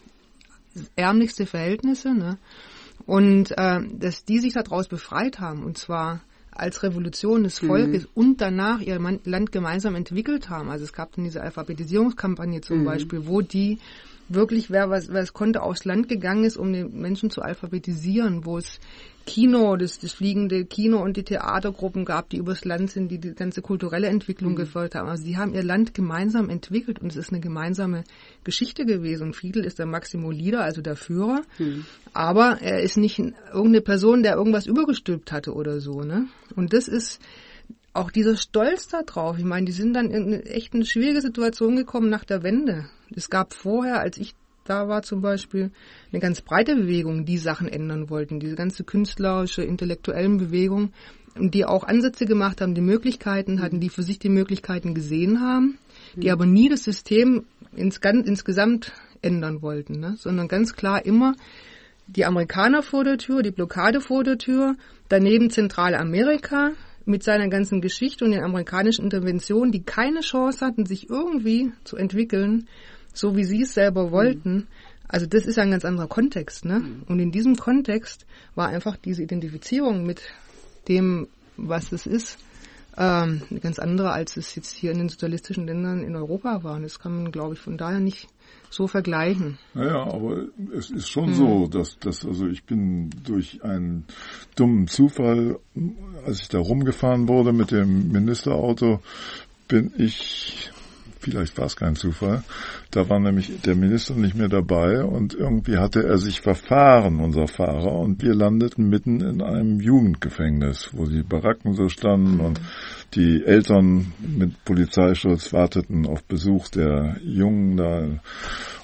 ärmlichste Verhältnisse. Ne? Und äh, dass die sich daraus befreit haben, und zwar als Revolution des Volkes, mhm. und danach ihr Land gemeinsam entwickelt haben. Also es gab dann diese Alphabetisierungskampagne zum mhm. Beispiel, wo die wirklich, wer was, wer es konnte, aufs Land gegangen ist, um die Menschen zu alphabetisieren, wo es Kino, das, das fliegende Kino und die Theatergruppen gab, die übers Land sind, die die ganze kulturelle Entwicklung mhm. gefördert haben. Also sie haben ihr Land gemeinsam entwickelt, und es ist eine gemeinsame Geschichte gewesen. Und Fidel ist der Maximo Leader, also der Führer, mhm. aber er ist nicht irgendeine Person, der irgendwas übergestülpt hatte oder so, ne? Und das ist auch dieser Stolz da drauf. Ich meine, die sind dann in eine echt eine schwierige Situation gekommen nach der Wende. Es gab vorher, als ich da war zum Beispiel, eine ganz breite Bewegung, die Sachen ändern wollten. Diese ganze künstlerische, intellektuellen Bewegung, die auch Ansätze gemacht haben, die Möglichkeiten hatten, die für sich die Möglichkeiten gesehen haben, die aber nie das System ins, insgesamt ändern wollten, ne? Sondern ganz klar immer die Amerikaner vor der Tür, die Blockade vor der Tür, daneben Zentralamerika mit seiner ganzen Geschichte und den amerikanischen Interventionen, die keine Chance hatten, sich irgendwie zu entwickeln, so wie sie es selber wollten. Mhm. Also das ist ja ein ganz anderer Kontext, ne? Mhm. Und in diesem Kontext war einfach diese Identifizierung mit dem, was es ist, ähm, eine ganz andere, als es jetzt hier in den sozialistischen Ländern in Europa war. Und das kann man, glaube ich, von daher nicht so vergleichen. Naja, aber es ist schon mhm. so, dass, dass also ich bin durch einen dummen Zufall, als ich da rumgefahren wurde mit dem Ministerauto, bin ich, vielleicht war es kein Zufall, da war nämlich der Minister nicht mehr dabei, und irgendwie hatte er sich verfahren, unser Fahrer, und wir landeten mitten in einem Jugendgefängnis, wo die Baracken so standen mhm. und die Eltern mit Polizeischutz warteten auf Besuch der Jungen da.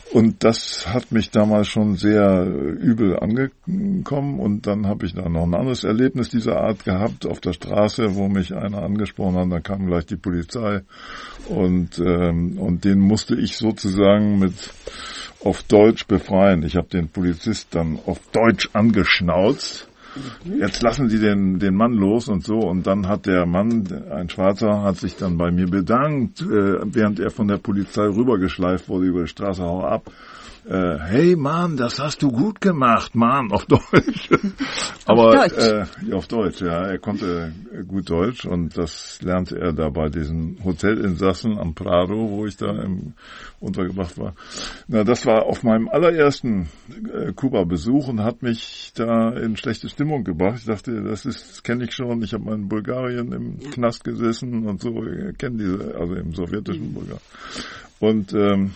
Und das hat mich damals schon sehr übel angekommen. Und dann habe ich da noch ein anderes Erlebnis dieser Art gehabt auf der Straße, wo mich einer angesprochen hat. Dann kam gleich die Polizei und ähm, und den musste ich sozusagen mit auf Deutsch befreien. Ich habe den Polizist dann auf Deutsch angeschnauzt. Jetzt lassen Sie den den Mann los und so. Und dann hat der Mann, ein Schwarzer, hat sich dann bei mir bedankt, äh, während er von der Polizei rübergeschleift wurde über die Straße, hau ab. Äh, hey Mann, das hast du gut gemacht, Mann, auf Deutsch. Aber auf Deutsch. Äh, ja, auf Deutsch, ja. Er konnte gut Deutsch und das lernte er da bei diesen Hotelinsassen am Prado, wo ich da im, untergebracht war. Na, das war auf meinem allerersten äh, Kuba-Besuch und hat mich da in schlechte Stimmung gebracht. Ich dachte, das ist kenne ich schon. Ich habe mal in Bulgarien im ja. Knast gesessen und so. Ich kenne diese, also im sowjetischen mhm. Bulgarien. Und ähm,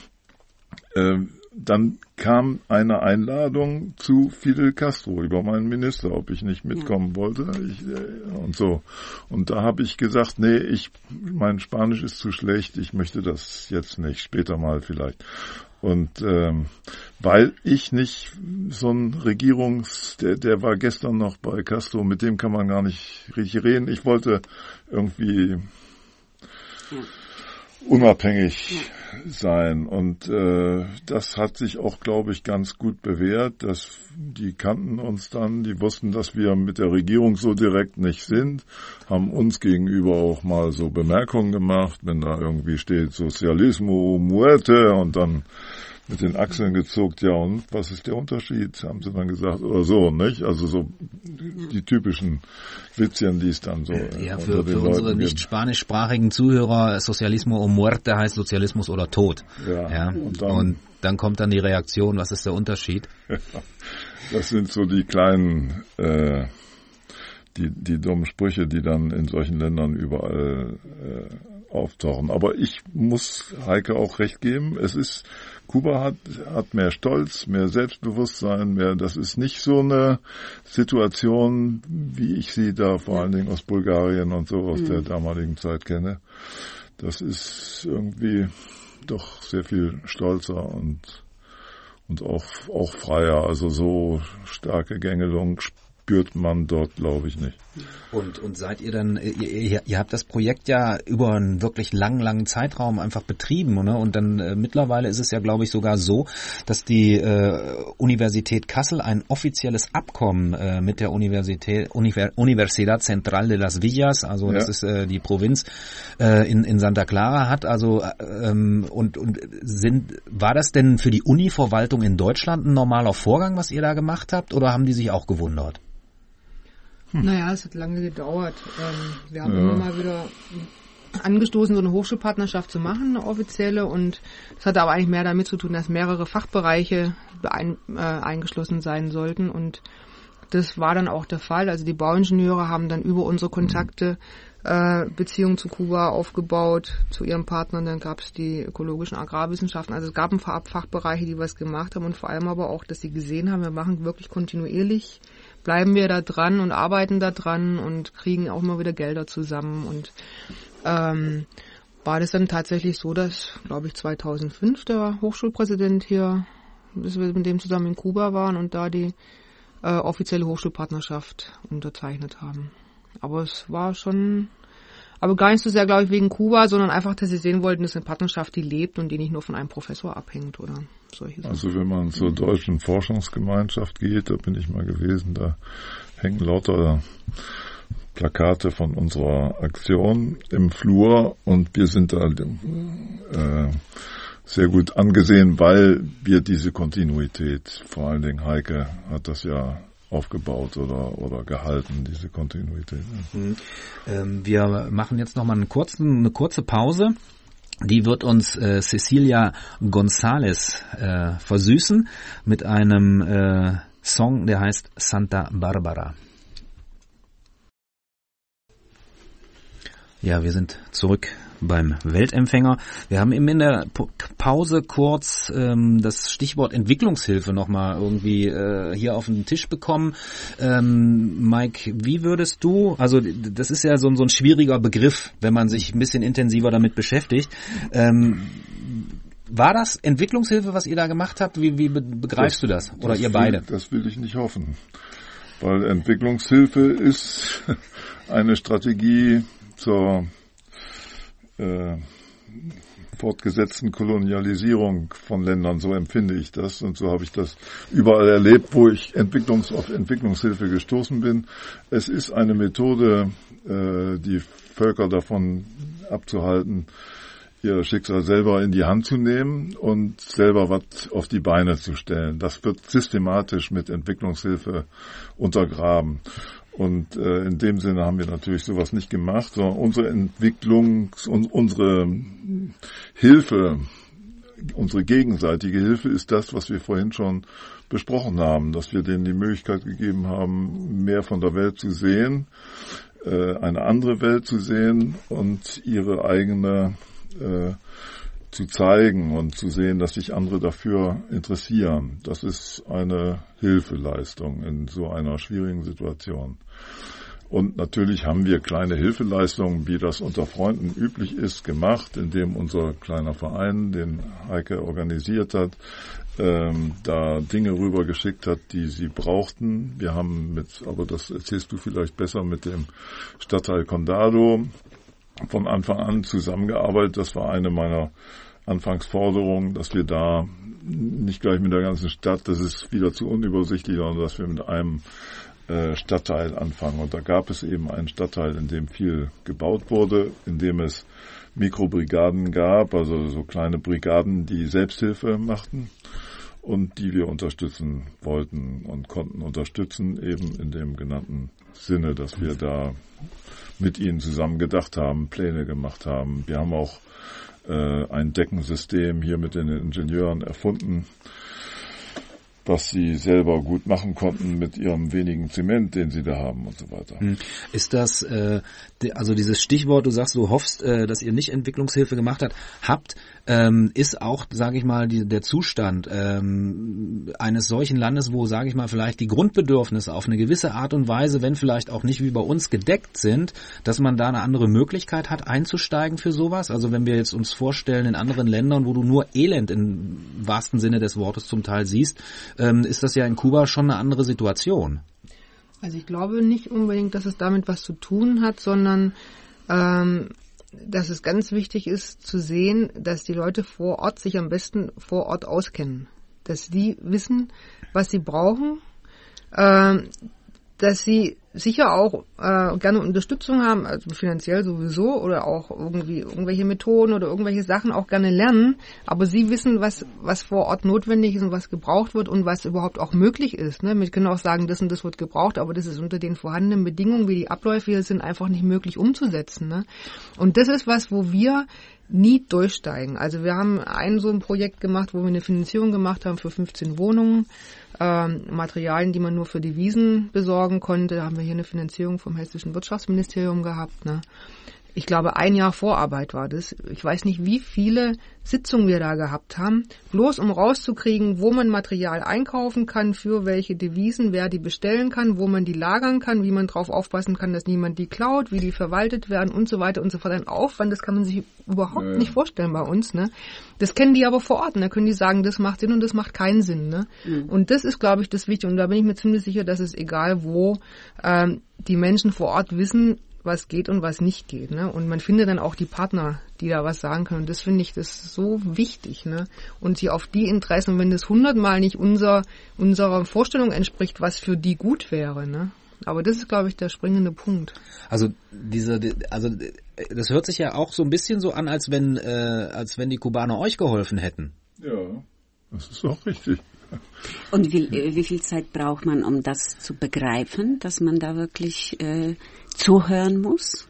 ähm, dann kam eine Einladung zu Fidel Castro über meinen Minister, ob ich nicht mitkommen ja. wollte ich, äh, und so. Und da habe ich gesagt, nee, ich, mein Spanisch ist zu schlecht, ich möchte das jetzt nicht, später mal vielleicht. Und ähm, weil ich nicht so ein Regierungs, der, der war gestern noch bei Castro, mit dem kann man gar nicht richtig reden. Ich wollte irgendwie ja. unabhängig ja. sein und äh, das hat sich auch, glaube ich, ganz gut bewährt, dass die kannten uns dann, die wussten, dass wir mit der Regierung so direkt nicht sind, haben uns gegenüber auch mal so Bemerkungen gemacht, wenn da irgendwie steht Socialismo muerte und dann mit den Achseln gezuckt, ja und was ist der Unterschied, haben sie dann gesagt oder so, nicht? Also so die typischen Witzchen, die es dann so ja, für, für unsere nicht spanischsprachigen Zuhörer, Socialismo o muerte heißt Sozialismus oder Tod. Ja, ja. Und, dann, und dann kommt dann die Reaktion, was ist der Unterschied? Das sind so die kleinen äh, die die dummen Sprüche, die dann in solchen Ländern überall äh, auftauchen. Aber ich muss Heike auch recht geben, es ist Kuba hat, hat mehr Stolz, mehr Selbstbewusstsein, mehr, das ist nicht so eine Situation, wie ich sie da vor allen Dingen aus Bulgarien und so aus mhm. der damaligen Zeit kenne. Das ist irgendwie doch sehr viel stolzer und, und auch, auch freier. Also so starke Gängelung spürt man dort, glaube ich, nicht. Und, und seid ihr dann, ihr, ihr habt das Projekt ja über einen wirklich langen, langen Zeitraum einfach betrieben, ne? Und dann äh, mittlerweile ist es ja, glaube ich, sogar so, dass die äh, Universität Kassel ein offizielles Abkommen äh, mit der Universität Univer, Universidad Central de las Villas, also ja. das ist äh, die Provinz äh, in, in Santa Clara hat, also ähm, und, und sind, war das denn für die Uni-Verwaltung in Deutschland ein normaler Vorgang, was ihr da gemacht habt, oder haben die sich auch gewundert? Hm. Naja, es hat lange gedauert. Ähm, wir haben ja. immer mal wieder angestoßen, so eine Hochschulpartnerschaft zu machen, eine offizielle. Und das hatte aber eigentlich mehr damit zu tun, dass mehrere Fachbereiche beein, äh, eingeschlossen sein sollten. Und das war dann auch der Fall. Also die Bauingenieure haben dann über unsere Kontakte äh, Beziehungen zu Kuba aufgebaut, zu ihren Partnern. Dann gab es die ökologischen Agrarwissenschaften. Also es gab ein paar Fachbereiche, die was gemacht haben. Und vor allem aber auch, dass sie gesehen haben, wir machen wirklich kontinuierlich, bleiben wir da dran und arbeiten da dran und kriegen auch immer wieder Gelder zusammen. Und ähm, war das dann tatsächlich so, dass, glaube ich, zweitausendfünf der Hochschulpräsident hier, dass wir mit dem zusammen in Kuba waren und da die äh, offizielle Hochschulpartnerschaft unterzeichnet haben. Aber es war schon, aber gar nicht so sehr, glaube ich, wegen Kuba, sondern einfach, dass sie sehen wollten, dass eine Partnerschaft, die lebt und die nicht nur von einem Professor abhängt oder solche Sachen. Also wenn man zur deutschen Forschungsgemeinschaft geht, da bin ich mal gewesen, da hängen lauter Plakate von unserer Aktion im Flur und wir sind da äh, sehr gut angesehen, weil wir diese Kontinuität, vor allen Dingen Heike hat das ja aufgebaut oder oder gehalten, diese Kontinuität. Mhm. Ähm, wir machen jetzt nochmal eine kurze, eine kurze Pause. Die wird uns äh, Cecilia González äh, versüßen mit einem äh, Song, der heißt Santa Barbara. Ja, wir sind zurück beim Weltempfänger. Wir haben eben in der Pause kurz ähm, das Stichwort Entwicklungshilfe nochmal irgendwie äh, hier auf den Tisch bekommen. Ähm, Mike, wie würdest du, also das ist ja so, so ein schwieriger Begriff, wenn man sich ein bisschen intensiver damit beschäftigt. Ähm, war das Entwicklungshilfe, was ihr da gemacht habt? Wie, wie begreifst das, du das? Oder das ihr will, beide? Das will ich nicht hoffen. Weil Entwicklungshilfe ist eine Strategie zur äh, fortgesetzten Kolonialisierung von Ländern, so empfinde ich das und so habe ich das überall erlebt, wo ich Entwicklungs- auf Entwicklungshilfe gestoßen bin. Es ist eine Methode, äh, die Völker davon abzuhalten, ihr Schicksal selber in die Hand zu nehmen und selber was auf die Beine zu stellen. Das wird systematisch mit Entwicklungshilfe untergraben. Und äh, in dem Sinne haben wir natürlich sowas nicht gemacht, sondern unsere Entwicklungs- und unsere Hilfe, unsere gegenseitige Hilfe ist das, was wir vorhin schon besprochen haben, dass wir denen die Möglichkeit gegeben haben, mehr von der Welt zu sehen, äh, eine andere Welt zu sehen und ihre eigene äh, zu zeigen und zu sehen, dass sich andere dafür interessieren. Das ist eine Hilfeleistung in so einer schwierigen Situation. Und natürlich haben wir kleine Hilfeleistungen, wie das unter Freunden üblich ist, gemacht, indem unser kleiner Verein, den Heike organisiert hat, ähm, da Dinge rübergeschickt hat, die sie brauchten. Wir haben mit, aber das erzählst du vielleicht besser, mit dem Stadtteil Condado von Anfang an zusammengearbeitet. Das war eine meiner Anfangsforderungen, dass wir da nicht gleich mit der ganzen Stadt, das ist wieder zu unübersichtlich, sondern dass wir mit einem äh, Stadtteil anfangen. Und da gab es eben einen Stadtteil, in dem viel gebaut wurde, in dem es Mikrobrigaden gab, also so kleine Brigaden, die Selbsthilfe machten und die wir unterstützen wollten und konnten unterstützen, eben in dem genannten Sinne, dass wir da mit ihnen zusammen gedacht haben, Pläne gemacht haben. Wir haben auch äh, ein Deckensystem hier mit den Ingenieuren erfunden, was sie selber gut machen konnten mit ihrem wenigen Zement, den sie da haben und so weiter. Ist das, äh, also dieses Stichwort, du sagst, du hoffst, äh, dass ihr nicht Entwicklungshilfe gemacht habt, habt, ähm, ist auch, sage ich mal, die, der Zustand ähm, eines solchen Landes, wo, sage ich mal, vielleicht die Grundbedürfnisse auf eine gewisse Art und Weise, wenn vielleicht auch nicht wie bei uns gedeckt sind, dass man da eine andere Möglichkeit hat, einzusteigen für sowas? Also wenn wir jetzt uns vorstellen, in anderen Ländern, wo du nur Elend im wahrsten Sinne des Wortes zum Teil siehst, ähm, ist das ja in Kuba schon eine andere Situation. Also ich glaube nicht unbedingt, dass es damit was zu tun hat, sondern ähm, dass es ganz wichtig ist zu sehen, dass die Leute vor Ort sich am besten vor Ort auskennen. Dass die wissen, was sie brauchen, ähm, dass sie sicher auch äh, gerne Unterstützung haben, also finanziell sowieso, oder auch irgendwie irgendwelche Methoden oder irgendwelche Sachen auch gerne lernen, aber sie wissen, was was vor Ort notwendig ist und was gebraucht wird und was überhaupt auch möglich ist. Ne? Wir können auch sagen, das und das wird gebraucht, aber das ist unter den vorhandenen Bedingungen, wie die Abläufe hier sind, einfach nicht möglich umzusetzen. Ne? Und das ist was, wo wir nie durchsteigen. Also wir haben ein so ein Projekt gemacht, wo wir eine Finanzierung gemacht haben für fünfzehn Wohnungen, ähm, Materialien, die man nur für die Wiesen besorgen konnte. Da haben wir hier eine Finanzierung vom Hessischen Wirtschaftsministerium gehabt. Ne? Ich glaube, ein Jahr Vorarbeit war das. Ich weiß nicht, wie viele Sitzungen wir da gehabt haben, bloß um rauszukriegen, wo man Material einkaufen kann, für welche Devisen, wer die bestellen kann, wo man die lagern kann, wie man drauf aufpassen kann, dass niemand die klaut, wie die verwaltet werden und so weiter und so fort. Ein Aufwand, das kann man sich überhaupt ja, ja. nicht vorstellen bei uns. Ne? Das kennen die aber vor Ort. Da können die sagen, das macht Sinn und das macht keinen Sinn. Ne? Mhm. Und das ist, glaube ich, das Wichtige. Und da bin ich mir ziemlich sicher, dass es egal wo, ähm, die Menschen vor Ort wissen, was geht und was nicht geht. Ne? Und man findet dann auch die Partner, die da was sagen können. Und das finde ich, das ist so wichtig. Ne? Und sie auf die Interessen, wenn das hundertmal nicht unser, unserer Vorstellung entspricht, was für die gut wäre. Ne? Aber das ist, glaube ich, der springende Punkt. Also diese, also das hört sich ja auch so ein bisschen so an, als wenn, äh, als wenn die Kubaner euch geholfen hätten. Ja, das ist auch richtig. Und wie, wie viel Zeit braucht man, um das zu begreifen, dass man da wirklich äh, zuhören muss?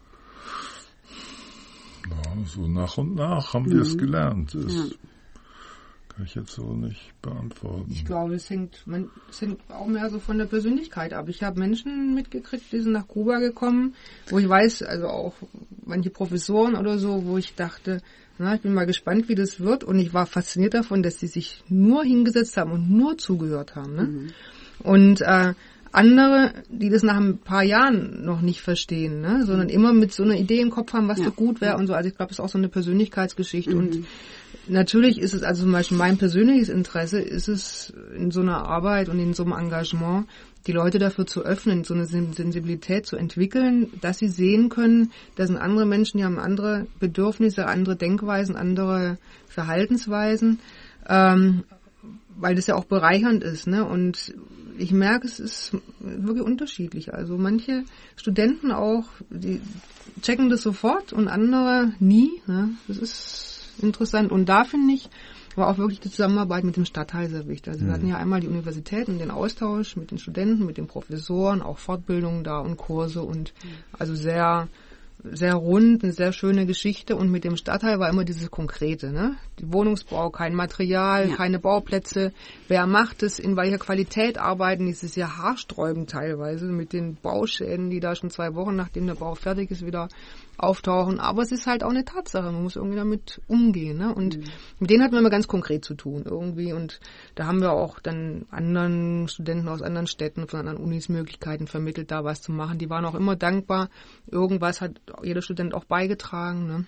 Ja, so nach und nach haben mhm. wir es gelernt. Das ja. kann ich jetzt so nicht beantworten. Ich glaube, es hängt, man, es hängt auch mehr so von der Persönlichkeit ab. Ich habe Menschen mitgekriegt, die sind nach Kuba gekommen, wo ich weiß, also auch manche Professoren oder so, wo ich dachte, na, ich bin mal gespannt, wie das wird. Und ich war fasziniert davon, dass sie sich nur hingesetzt haben und nur zugehört haben. Ne? Mhm. Und äh, andere, die das nach ein paar Jahren noch nicht verstehen, ne? sondern immer mit so einer Idee im Kopf haben, was ja. so gut wäre und so. Also ich glaube, es ist auch so eine Persönlichkeitsgeschichte. Mhm. Und natürlich ist es, also zum Beispiel mein persönliches Interesse ist es in so einer Arbeit und in so einem Engagement, die Leute dafür zu öffnen, so eine Sensibilität zu entwickeln, dass sie sehen können, dass andere Menschen, die haben andere Bedürfnisse, andere Denkweisen, andere Verhaltensweisen, ähm, weil das ja auch bereichernd ist, ne? Und ich merke, es ist wirklich unterschiedlich. Also manche Studenten auch, die checken das sofort und andere nie, ne? Das ist interessant. Und da finde ich, war auch wirklich die Zusammenarbeit mit dem Stadtteil sehr wichtig. Also mhm. wir hatten ja einmal die Universitäten, den Austausch mit den Studenten, mit den Professoren, auch Fortbildungen da und Kurse und also sehr sehr rund, eine sehr schöne Geschichte und mit dem Stadtteil war immer dieses Konkrete, ne? Die Wohnungsbau, kein Material, ja. keine Bauplätze, wer macht es, in welcher Qualität arbeiten, das ist ja haarsträubend teilweise mit den Bauschäden, die da schon zwei Wochen nachdem der Bau fertig ist wieder auftauchen, aber es ist halt auch eine Tatsache, man muss irgendwie damit umgehen, ne? Und mhm. mit denen hatten wir immer ganz konkret zu tun irgendwie und da haben wir auch dann anderen Studenten aus anderen Städten, von anderen Unis Möglichkeiten vermittelt, da was zu machen. Die waren auch immer dankbar, irgendwas hat jeder Student auch beigetragen, ne?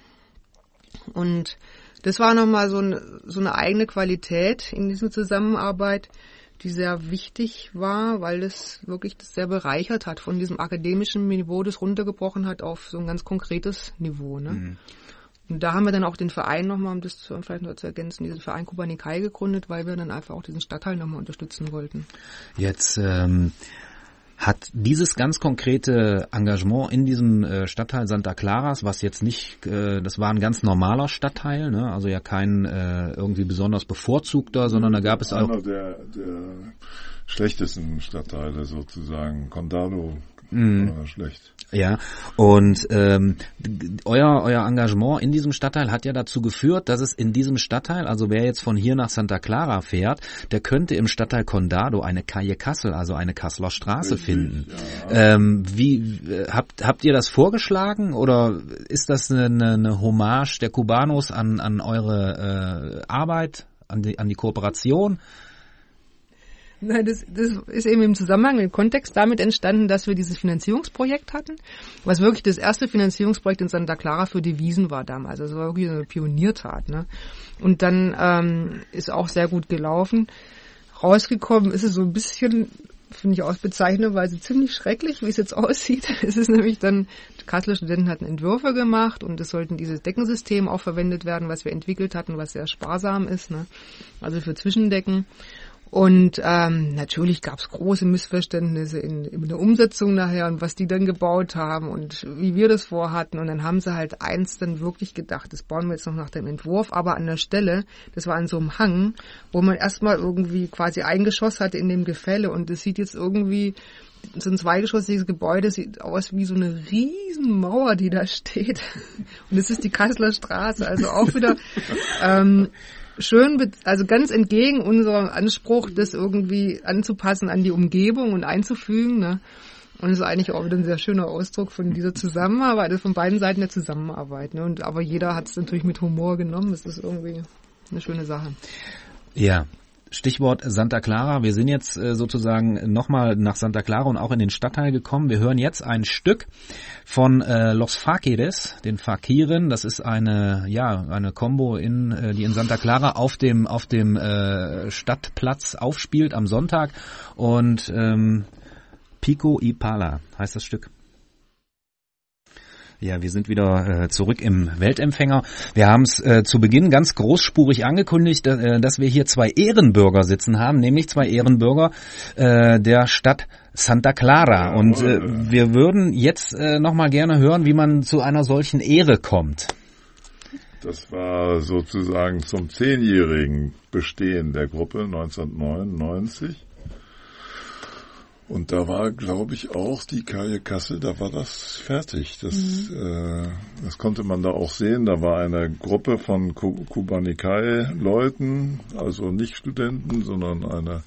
Und das war nochmal so eine, so eine eigene Qualität in dieser Zusammenarbeit, die sehr wichtig war, weil es wirklich das sehr bereichert hat, von diesem akademischen Niveau das runtergebrochen hat auf so ein ganz konkretes Niveau, ne? Mhm. Und da haben wir dann auch den Verein nochmal, um das zu, vielleicht noch zu ergänzen, diesen Verein Kubanikai gegründet, weil wir dann einfach auch diesen Stadtteil nochmal unterstützen wollten. Jetzt ähm, hat dieses ganz konkrete Engagement in diesem äh, Stadtteil Santa Claras, was jetzt nicht, äh, das war ein ganz normaler Stadtteil, ne? Also ja kein äh, irgendwie besonders bevorzugter, sondern da gab es auch... Einer der, der schlechtesten Stadtteile sozusagen, Condado. Mhm. Schlecht. Ja, und ähm, euer euer Engagement in diesem Stadtteil hat ja dazu geführt, dass es in diesem Stadtteil, also wer jetzt von hier nach Santa Clara fährt, der könnte im Stadtteil Condado eine Calle Kassel, also eine Kasseler Straße Richtig, finden. Ja. Ähm, wie habt habt ihr das vorgeschlagen oder ist das eine, eine Hommage der Kubanos an an eure äh, Arbeit, an die an die Kooperation? Nein, das, das ist eben im Zusammenhang, im Kontext damit entstanden, dass wir dieses Finanzierungsprojekt hatten, was wirklich das erste Finanzierungsprojekt in Santa Clara für die Wiesn war damals. Also es war wirklich eine Pioniertat, ne? Und dann ähm, ist auch sehr gut gelaufen. Rausgekommen ist es so ein bisschen, finde ich auch bezeichnenderweise ziemlich schrecklich, wie es jetzt aussieht. Es ist nämlich dann, die Kasseler Studenten hatten Entwürfe gemacht und es sollten dieses Deckensystem auch verwendet werden, was wir entwickelt hatten, was sehr sparsam ist, ne? Also für Zwischendecken. Und ähm, natürlich gab es große Missverständnisse in, in der Umsetzung nachher und was die dann gebaut haben und wie wir das vorhatten. Und dann haben sie halt eins dann wirklich gedacht, das bauen wir jetzt noch nach dem Entwurf, aber an der Stelle, das war an so einem Hang, wo man erstmal irgendwie quasi ein Geschoss hatte in dem Gefälle und es sieht jetzt irgendwie, so ein zweigeschossiges Gebäude, sieht aus wie so eine riesen Mauer, die da steht. Und es ist die Kasseler Straße, also auch wieder... ähm, schön, also ganz entgegen unserem Anspruch, das irgendwie anzupassen an die Umgebung und einzufügen, ne? Und es ist eigentlich auch wieder ein sehr schöner Ausdruck von dieser Zusammenarbeit, also von beiden Seiten der Zusammenarbeit, ne? Und aber jeder hat es natürlich mit Humor genommen. Das ist irgendwie eine schöne Sache. Ja. Stichwort Santa Clara. Wir sind jetzt äh, sozusagen nochmal nach Santa Clara und auch in den Stadtteil gekommen. Wir hören jetzt ein Stück von äh, Los Fakires, den Fakiren. Das ist eine, ja, eine Combo in, äh, die in Santa Clara auf dem auf dem äh, Stadtplatz aufspielt am Sonntag. Und ähm, Pico y Pala heißt das Stück. Ja, wir sind wieder äh, zurück im Weltempfänger. Wir haben es äh, zu Beginn ganz großspurig angekündigt, äh, dass wir hier zwei Ehrenbürger sitzen haben, nämlich zwei Ehrenbürger äh, der Stadt Santa Clara. Und äh, wir würden jetzt äh, nochmal gerne hören, wie man zu einer solchen Ehre kommt. Das war sozusagen zum zehnjährigen Bestehen der Gruppe neunzehnhundertneunundneunzig. Und da war, glaube ich, auch die Calle Kassel, da war das fertig. Das, mhm. äh, das konnte man da auch sehen. Da war eine Gruppe von Kubanikai-Leuten, also nicht Studenten, sondern eine...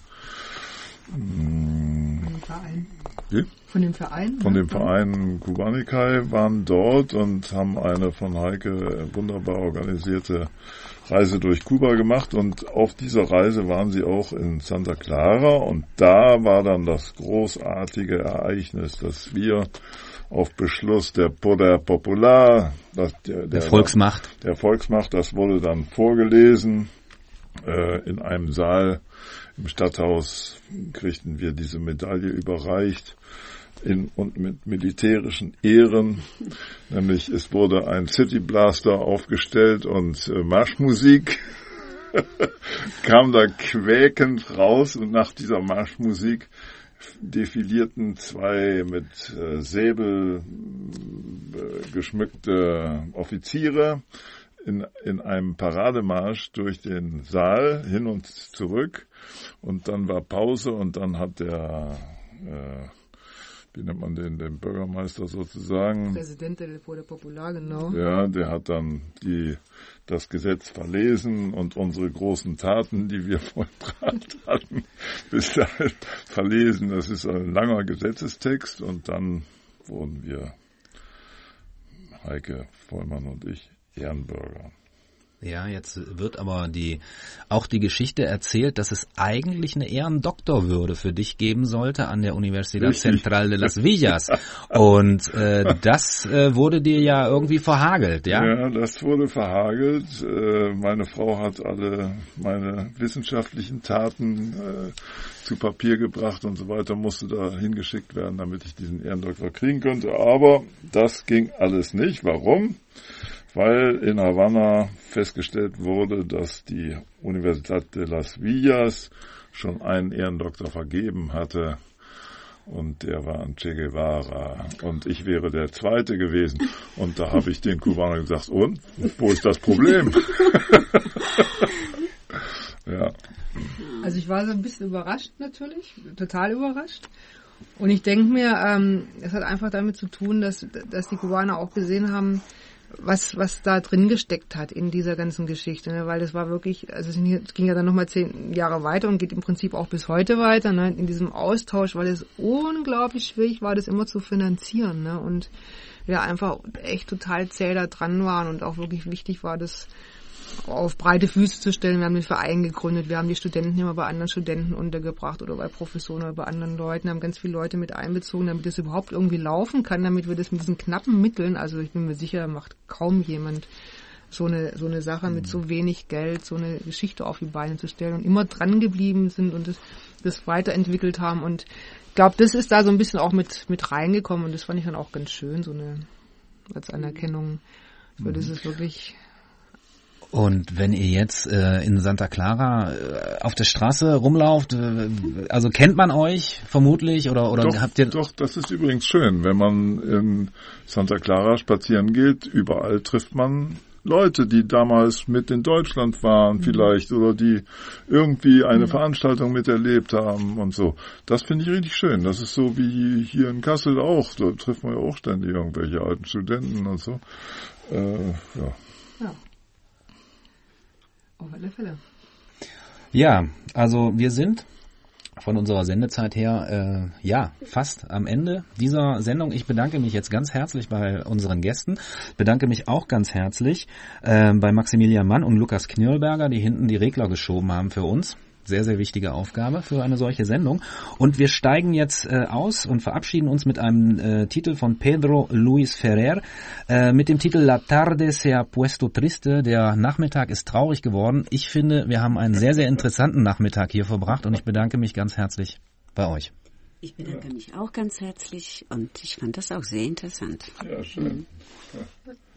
Mh, von dem Verein. Wie? Von dem Verein? Von dem Verein Kubanikai waren dort und haben eine von Heike wunderbar organisierte Reise durch Kuba gemacht und auf dieser Reise waren sie auch in Santa Clara und da war dann das großartige Ereignis, dass wir auf Beschluss der Poder Popular, das, der, der, der Volksmacht. Der Volksmacht, das wurde dann vorgelesen äh, in einem Saal im Stadthaus, kriegten wir diese Medaille überreicht. In, und mit militärischen Ehren, nämlich es wurde ein City Blaster aufgestellt und äh, Marschmusik kam da quäkend raus, und nach dieser Marschmusik defilierten zwei mit äh, Säbel äh, geschmückte Offiziere in, in einem Parademarsch durch den Saal hin und zurück, und dann war Pause, und dann hat der äh, wie nennt man den, den Bürgermeister sozusagen? Präsident der Poder Popular, genau. Ja, der hat dann die, das Gesetz verlesen und unsere großen Taten, die wir vollbracht hatten, bis dahin verlesen. Das ist ein langer Gesetzestext, und dann wurden wir, Heike Vollmann und ich, Ehrenbürger. Ja, jetzt wird aber die auch die Geschichte erzählt, dass es eigentlich eine Ehrendoktorwürde für dich geben sollte an der Universidad Richtig. Central de Las Villas. Und äh, das äh, wurde dir ja irgendwie verhagelt, ja? Ja, das wurde verhagelt. Äh, meine Frau hat alle meine wissenschaftlichen Taten äh, zu Papier gebracht und so weiter, musste da hingeschickt werden, damit ich diesen Ehrendoktor kriegen könnte. Aber das ging alles nicht. Warum? Weil in Havanna festgestellt wurde, dass die Universidad de Las Villas schon einen Ehrendoktor vergeben hatte, und der war an Che Guevara, und ich wäre der Zweite gewesen, und da habe ich den Kubanern gesagt, und, wo ist das Problem? Ja. Also ich war so ein bisschen überrascht natürlich, total überrascht. Und ich denke mir, ähm, es hat einfach damit zu tun, dass, dass die Kubaner auch gesehen haben, was was da drin gesteckt hat in dieser ganzen Geschichte, ne? Weil das war wirklich, also es ging ja dann nochmal zehn Jahre weiter und geht im Prinzip auch bis heute weiter, ne? In diesem Austausch, weil es unglaublich schwierig war, das immer zu finanzieren, ne? Und wir einfach echt total zäh da dran waren und auch wirklich wichtig war, das auf breite Füße zu stellen. Wir haben den Verein gegründet, wir haben die Studenten immer bei anderen Studenten untergebracht oder bei Professoren oder bei anderen Leuten, haben ganz viele Leute mit einbezogen, damit es überhaupt irgendwie laufen kann, damit wir das mit diesen knappen Mitteln, also ich bin mir sicher, macht kaum jemand so eine so eine Sache mit so wenig Geld, so eine Geschichte auf die Beine zu stellen, und immer dran geblieben sind und das, das weiterentwickelt haben, und ich glaube, das ist da so ein bisschen auch mit mit reingekommen, und das fand ich dann auch ganz schön, so eine als Anerkennung für das ist wirklich. Und wenn ihr jetzt äh, in Santa Clara äh, auf der Straße rumlauft, äh, also kennt man euch vermutlich, oder oder doch, habt ihr... Doch, das ist übrigens schön, wenn man in Santa Clara spazieren geht, überall trifft man Leute, die damals mit in Deutschland waren vielleicht, oder die irgendwie eine mhm. Veranstaltung miterlebt haben und so. Das finde ich richtig schön. Das ist so wie hier in Kassel auch. Da trifft man ja auch ständig irgendwelche alten Studenten und so. Äh, ja. Ja. Auf alle Fälle. Ja, also wir sind von unserer Sendezeit her äh, ja fast am Ende dieser Sendung. Ich bedanke mich jetzt ganz herzlich bei unseren Gästen. Bedanke mich auch ganz herzlich äh, bei Maximilian Mann und Lukas Knirlberger, die hinten die Regler geschoben haben für uns. Sehr, sehr wichtige Aufgabe für eine solche Sendung. Und wir steigen jetzt äh, aus und verabschieden uns mit einem äh, Titel von Pedro Luis Ferrer, äh, mit dem Titel La tarde se ha puesto triste. Der Nachmittag ist traurig geworden. Ich finde, wir haben einen sehr, sehr interessanten Nachmittag hier verbracht, und ich bedanke mich ganz herzlich bei euch. Ich bedanke mich auch ganz herzlich, und ich fand das auch sehr interessant. Ja, schön. Ja.